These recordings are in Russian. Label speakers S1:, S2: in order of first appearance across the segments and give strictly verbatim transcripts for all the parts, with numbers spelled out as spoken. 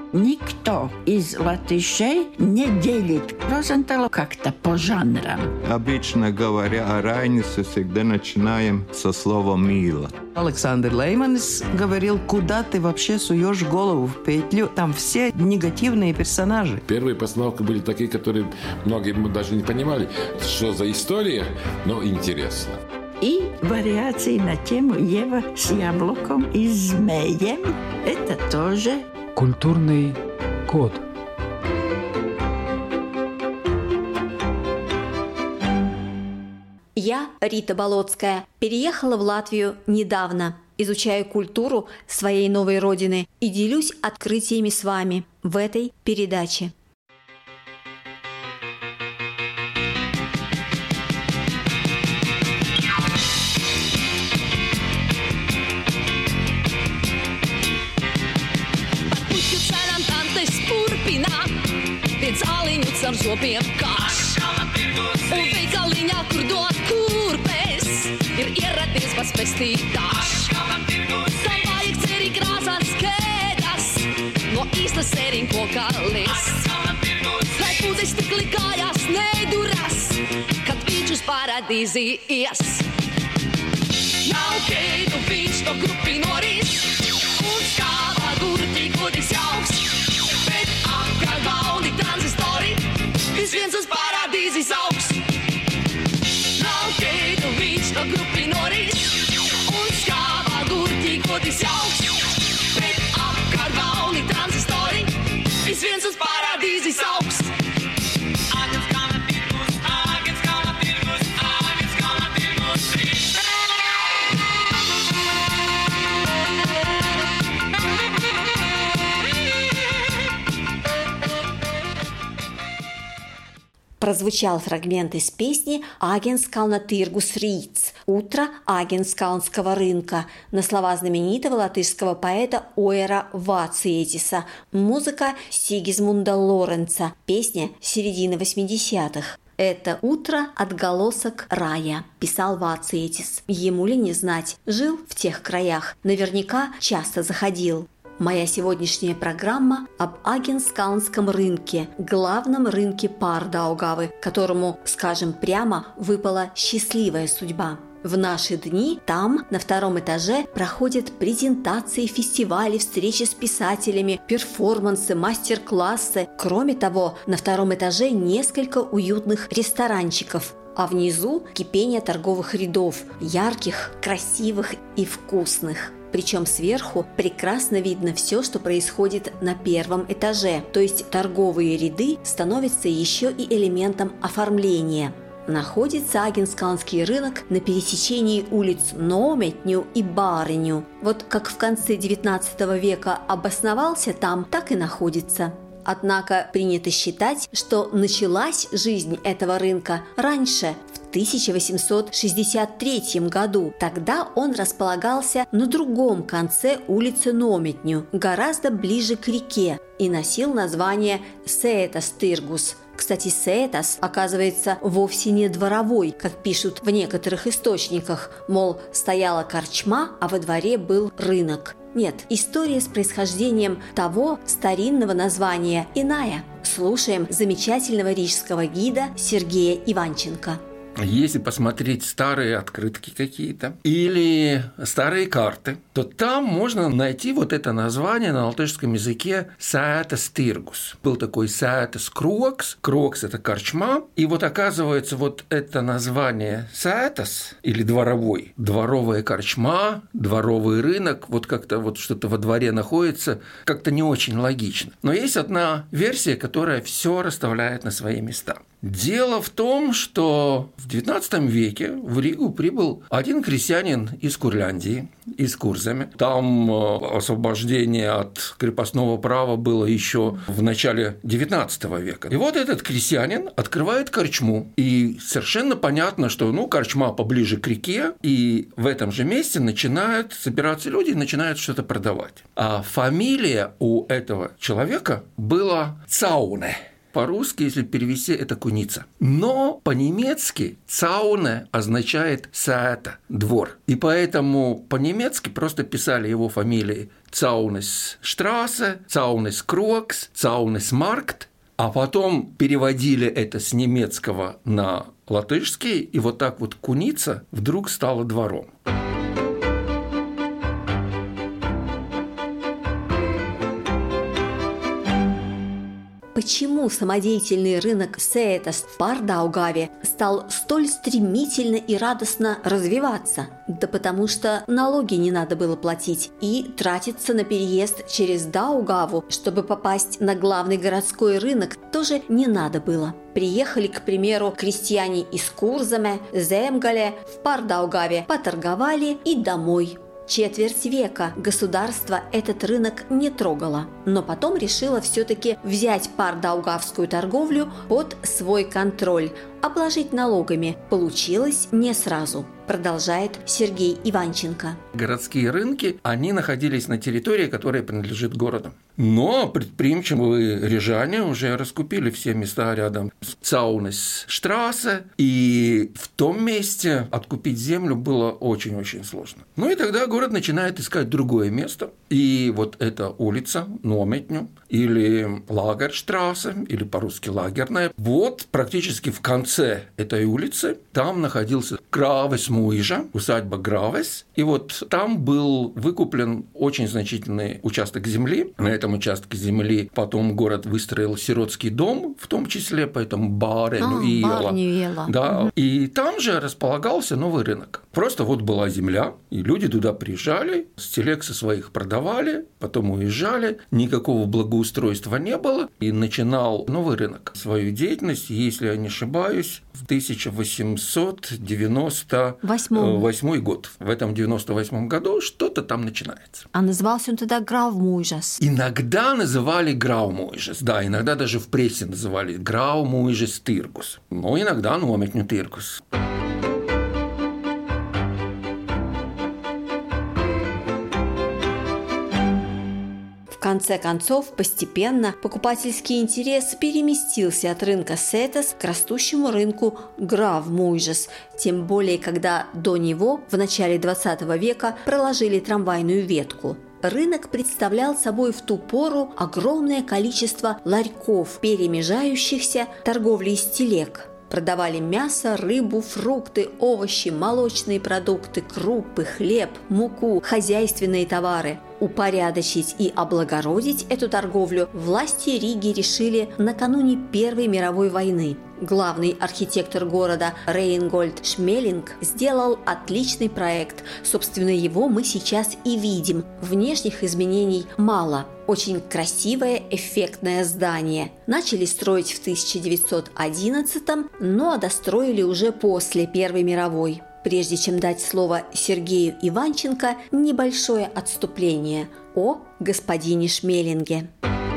S1: Никто из латышей не делит Розенталу как-то по жанрам.
S2: Обычно говоря о Райнисе, всегда начинаем со слова «мило».
S3: Александр Лейманис говорил, куда ты вообще суешь голову в петлю, там все негативные персонажи.
S4: Первые постановки были такие, которые многие даже не понимали, что за история, но интересно.
S1: И вариации на тему Ева с яблоком и змеем – это тоже
S5: культурный код.
S6: Я, Рита Болотская, переехала в Латвию недавно, изучаю культуру своей новой родины и делюсь открытиями с вами в этой передаче.
S7: Ar zobiem karš un veikaliņā, kur dod kurpes, ir ieradies pats pestītājs. Kam vajag ceri krāsās kēdas, no īsta sēriņkoka lists. Lai pūzes stikli kājās neduras, kad viņš uz paradīzi ies. Jauki, viņš no grupi noris, un skāvā gurti godis jauks, bet apkārt gaudi tranzistori. Viss viens uz paradīzes augs. Nav keitu viņš no grupi noris, un skāvā gurķī godis augs. Bet apkārt gauni tranzistori, viss viens uz paradīzes augs. Āgens kalna tirgus, āgens kalna tirgus, āgens kalna tirgus.
S6: Прозвучал фрагмент из песни «Агенскална Тиргус Риц» «Утро Агенскалнского рынка» на слова знаменитого латышского поэта Оера Вациетиса, музыка Сигизмунда Лоренца, песня середины восьмидесятых. «Это утро – отголосок рая», – писал Вациетис. Ему ли не знать, жил в тех краях, наверняка часто заходил. Моя сегодняшняя программа об Агенскалнском рынке, главном рынке Pārdaugavы, которому, скажем прямо, выпала счастливая судьба. В наши дни там, на втором этаже, проходят презентации, фестивали, встречи с писателями, перформансы, мастер-классы. Кроме того, на втором этаже несколько уютных ресторанчиков, а внизу кипение торговых рядов, ярких, красивых и вкусных. Причем сверху прекрасно видно все, что происходит на первом этаже, то есть торговые ряды становятся еще и элементом оформления. Находится Агенскалнский рынок на пересечении улиц Нометню и Барыню. Вот как в конце девятнадцатого века обосновался там, так и находится. Однако принято считать, что началась жизнь этого рынка раньше, в тысяча восемьсот шестьдесят третьем году. Тогда он располагался на другом конце улицы Нометню, гораздо ближе к реке, и носил название Сētas Tirgus. Кстати, Сētas, оказывается, вовсе не дворовой, как пишут в некоторых источниках, мол, стояла корчма, а во дворе был рынок. Нет, история с происхождением того старинного названия иная. Слушаем замечательного рижского гида Сергея Иванченко.
S8: Если посмотреть старые открытки какие-то или старые карты, то там можно найти вот это название на латышском языке Sētas Tirgus. Был такой Sētas Kroks. Kroks – это корчма. И вот оказывается, вот это название Sētas или дворовой, дворовая корчма, дворовый рынок, вот как-то вот что-то во дворе находится, как-то не очень логично. Но есть одна версия, которая все расставляет на свои места. Дело в том, что в девятнадцатом веке в Ригу прибыл один крестьянин из Курляндии, из Курзаме. Там освобождение от крепостного права было еще в начале девятнадцатого века. И вот этот крестьянин открывает корчму. И совершенно понятно, что ну, корчма поближе к реке, и в этом же месте начинают собираться люди и начинают что-то продавать. А фамилия у этого человека была Цауне. По-русски, если перевести, это куница. Но по-немецки «цауне» означает «саэта» – двор. И поэтому по-немецки просто писали его фамилии Цаунес-штрассе, Цаунес-крокс, Цаунес-маркт, а потом переводили это с немецкого на латышский, и вот так вот куница вдруг стала двором.
S6: Почему самодеятельный рынок Сеэтас в Пар-Даугаве стал столь стремительно и радостно развиваться? Да потому что налоги не надо было платить и тратиться на переезд через Даугаву, чтобы попасть на главный городской рынок, тоже не надо было. Приехали, к примеру, крестьяне из Курзаме, Земгале, в Пар-Даугаве, поторговали и домой. Четверть века государство этот рынок не трогало, но потом решило все-таки взять пар-даугавскую торговлю под свой контроль, обложить налогами. Получилось не сразу, продолжает Сергей Иванченко.
S8: Городские рынки, они находились на территории, которая принадлежит городу. Но предприимчивые рижане уже раскупили все места рядом с Цаунес-штрассе, и в том месте откупить землю было очень-очень сложно. Ну и тогда город начинает искать другое место. И вот эта улица, Нометню, или Лагерштрассе, или по-русски Лагерная, вот практически в конце этой улицы там находился Гравес-Муижа, усадьба Гравес, и вот там был выкуплен очень значительный участок земли. На этом участке земли потом город выстроил сиротский дом, в том числе, поэтому Бареню и Ела. Да, угу. И там же располагался новый рынок. Просто вот была земля, и люди туда приезжали, с телег со своих продавали, потом уезжали, никакого благоустройства не было, и начинал новый рынок свою деятельность, если я не ошибаюсь, в тысяча восемьсот девяносто восьмой год. В этом девяносто восьмом году что-то там начинается.
S6: А назывался он тогда Граумуижес?
S8: Иногда называли Граумуижес, да, иногда даже в прессе называли Граумуижес Тиргус, но иногда Нометню Тиргус.
S6: В конце концов, постепенно покупательский интерес переместился от рынка Сеэтас к растущему рынку Гравмуижес, тем более, когда до него в начале двадцатого века проложили трамвайную ветку. Рынок представлял собой в ту пору огромное количество ларьков, перемежающихся торговлей из телег. Продавали мясо, рыбу, фрукты, овощи, молочные продукты, крупы, хлеб, муку, хозяйственные товары. Упорядочить и облагородить эту торговлю власти Риги решили накануне Первой мировой войны. Главный архитектор города Рейнгольд Шмелинг сделал отличный проект. Собственно, его мы сейчас и видим. Внешних изменений мало. Очень красивое, эффектное здание. Начали строить в тысяча девятьсот одиннадцатом, но достроили уже после Первой мировой. Прежде чем дать слово Сергею Иванченко, небольшое отступление о господине Шмелинге.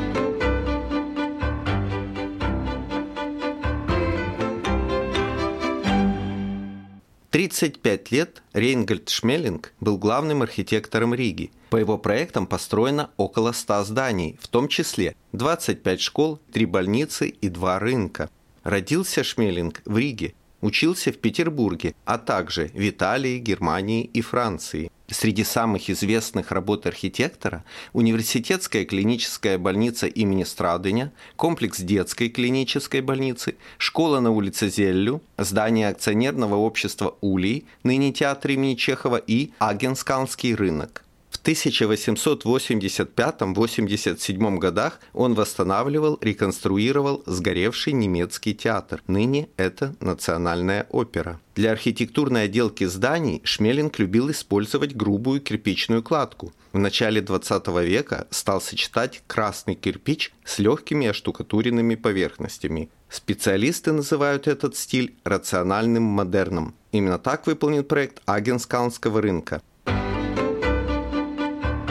S9: тридцать пять лет Рейнгольд Шмелинг был главным архитектором Риги. По его проектам построено около ста зданий, в том числе двадцать пять школ, три больницы и два рынка. Родился Шмелинг в Риге, учился в Петербурге, а также в Италии, Германии и Франции. Среди самых известных работ архитектора – университетская клиническая больница имени Страдыня, комплекс детской клинической больницы, школа на улице Зеллю, здание акционерного общества «Улей», ныне театр имени Чехова, и Агенскалнский рынок. В тысяча восемьсот восемьдесят пятом — восемьдесят седьмом годах он восстанавливал, реконструировал сгоревший немецкий театр. Ныне это Национальная опера. Для архитектурной отделки зданий Шмелинг любил использовать грубую кирпичную кладку. В начале двадцатого века стал сочетать красный кирпич с легкими оштукатуренными поверхностями. Специалисты называют этот стиль рациональным модерном. Именно так выполнен проект Агенскалнского рынка.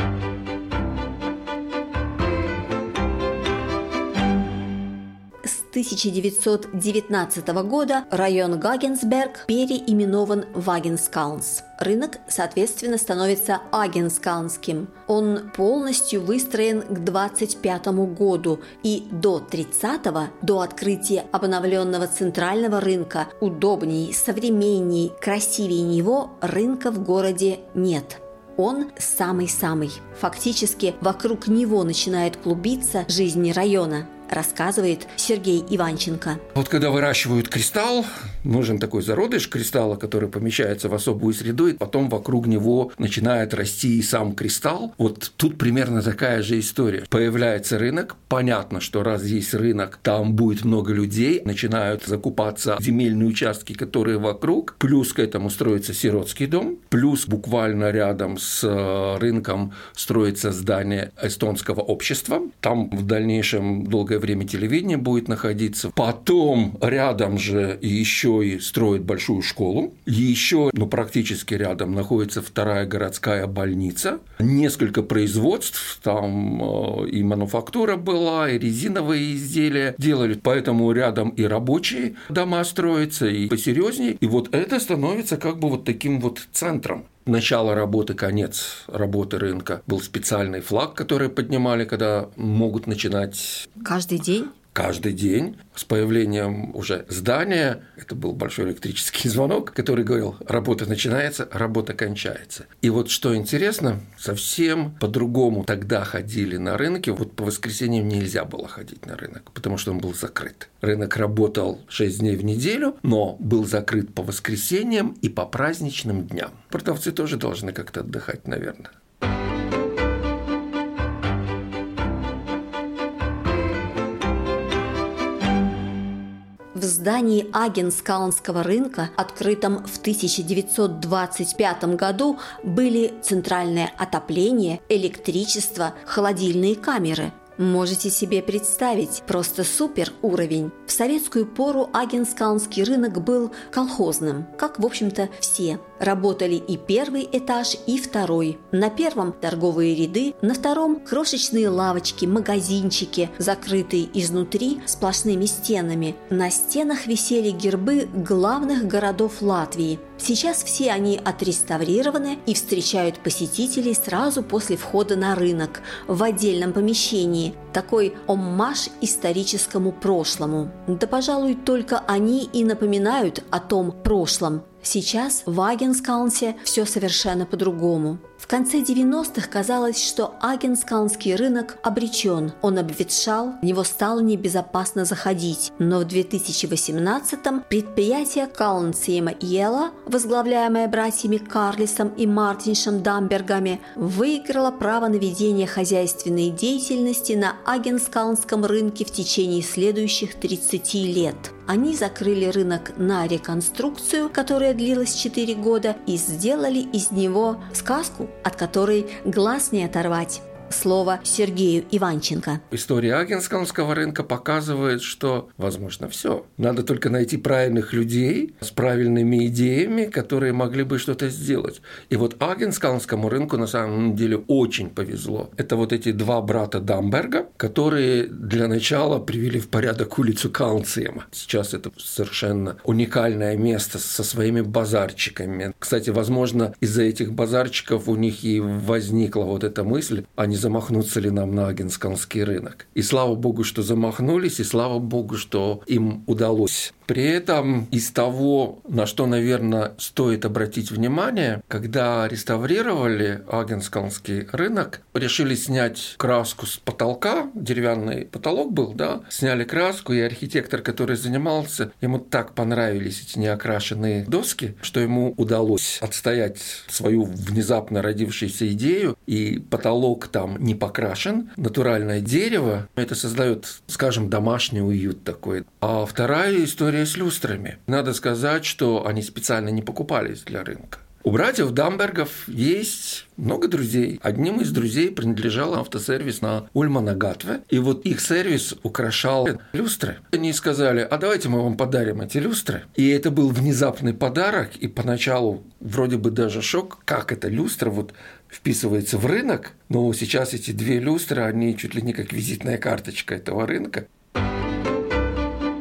S6: С тысяча девятьсот девятнадцатого года район Гагенсберг переименован в Агенскалнс. Рынок, соответственно, становится Агенскалнским. Он полностью выстроен к двадцать пятому году, и до тридцатого, до открытия обновленного центрального рынка, удобней, современней, красивее него рынка в городе нет. Он самый-самый. Фактически вокруг него начинает клубиться жизнь района, рассказывает Сергей Иванченко.
S8: Вот когда выращивают кристалл, нужен такой зародыш кристалла, который помещается в особую среду, и потом вокруг него начинает расти и сам кристалл. Вот тут примерно такая же история. Появляется рынок, понятно, что раз есть рынок, там будет много людей, начинают закупаться земельные участки, которые вокруг, плюс к этому строится сиротский дом, плюс буквально рядом с рынком строится здание эстонского общества, там в дальнейшем долгое время телевидение будет находиться. Потом рядом же еще и строят большую школу. Еще, ну, практически рядом находится вторая городская больница. Несколько производств, там и мануфактура была, и резиновые изделия делали. Поэтому рядом и рабочие дома строятся, и посерьезнее. И вот это становится как бы вот таким вот центром. Начало работы, конец работы рынка был специальный флаг, который поднимали, когда могут начинать...
S6: Каждый день?
S8: Каждый день. С появлением уже здания, это был большой электрический звонок, который говорил, работа начинается, работа кончается. И вот что интересно, совсем по-другому тогда ходили на рынке. Вот по воскресеньям нельзя было ходить на рынок, потому что он был закрыт. Рынок работал шесть дней в неделю, но был закрыт по воскресеньям и по праздничным дням. Продавцы тоже должны как-то отдыхать, наверное.
S6: В здании Агенскалнского рынка, открытом в тысяча девятьсот двадцать пятом году, были центральное отопление, электричество, холодильные камеры. Можете себе представить, просто супер уровень. В советскую пору Агенскалнский рынок был колхозным, как, в общем-то, все. Работали и первый этаж, и второй. На первом торговые ряды, на втором крошечные лавочки, магазинчики, закрытые изнутри сплошными стенами. На стенах висели гербы главных городов Латвии. Сейчас все они отреставрированы и встречают посетителей сразу после входа на рынок в отдельном помещении. Такой оммаж историческому прошлому. Да, пожалуй, только они и напоминают о том прошлом. Сейчас в Агенскалнсе все совершенно по-другому. В конце девяностых казалось, что Агенскалнский рынок обречен. Он обветшал, в него стало небезопасно заходить. Но в две тысячи восемнадцатом предприятие Калнсиема Ела, возглавляемое братьями Карлисом и Мартиншем Дамбергами, выиграло право на ведение хозяйственной деятельности на Агенскалнском рынке в течение следующих тридцати лет. Они закрыли рынок на реконструкцию, которая длилась четыре года, и сделали из него сказку, от которой глаз не оторвать. Слово Сергею Иванченко.
S8: История Агенскалнского рынка показывает, что возможно все. Надо только найти правильных людей с правильными идеями, которые могли бы что-то сделать. И вот Агенскалнскому рынку на самом деле очень повезло. Это вот эти два брата Дамберга, которые для начала привели в порядок улицу Калнсиема. Сейчас это совершенно уникальное место со своими базарчиками. Кстати, возможно, из-за этих базарчиков у них и возникла вот эта мысль, они замахнуться ли нам на Агенскалнский рынок. И слава богу, что замахнулись, и слава богу, что им удалось. При этом из того, на что, наверное, стоит обратить внимание, когда реставрировали Агенскалнский рынок, решили снять краску с потолка, деревянный потолок был, да, сняли краску, и архитектор, который занимался, ему так понравились эти неокрашенные доски, что ему удалось отстоять свою внезапно родившуюся идею, и потолок там не покрашен, натуральное дерево, это создает, скажем, домашний уют такой. А вторая история с люстрами. Надо сказать, что они специально не покупались для рынка. У братьев Дамбергов есть много друзей. Одним из друзей принадлежал автосервис на Ульмана-Гатве, и вот их сервис украшал люстры. Они сказали, а давайте мы вам подарим эти люстры. И это был внезапный подарок, и поначалу вроде бы даже шок, как эта люстра вот вписывается в рынок, но сейчас эти две люстры, они чуть ли не как визитная карточка этого рынка.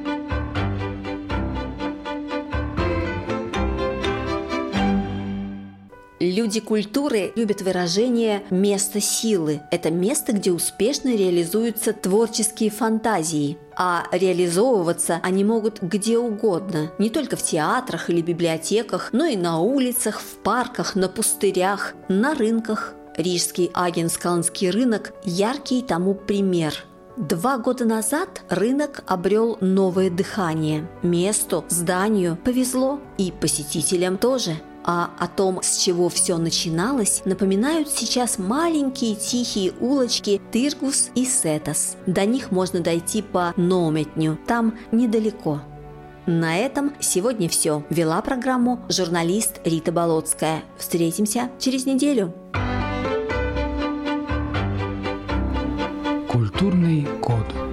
S6: Люди культуры любят выражение «место силы». Это место, где успешно реализуются творческие фантазии. А реализовываться они могут где угодно. Не только в театрах или библиотеках, но и на улицах, в парках, на пустырях, на рынках. Рижский Агенскалнский рынок – яркий тому пример. Два года назад рынок обрел новое дыхание. Месту, зданию повезло, и посетителям тоже. А о том, с чего все начиналось, напоминают сейчас маленькие тихие улочки Тиргус и Сетас. До них можно дойти по Нометню, там недалеко. На этом сегодня все. Вела программу журналист Рита Болотская. Встретимся через неделю.
S5: Культурный код.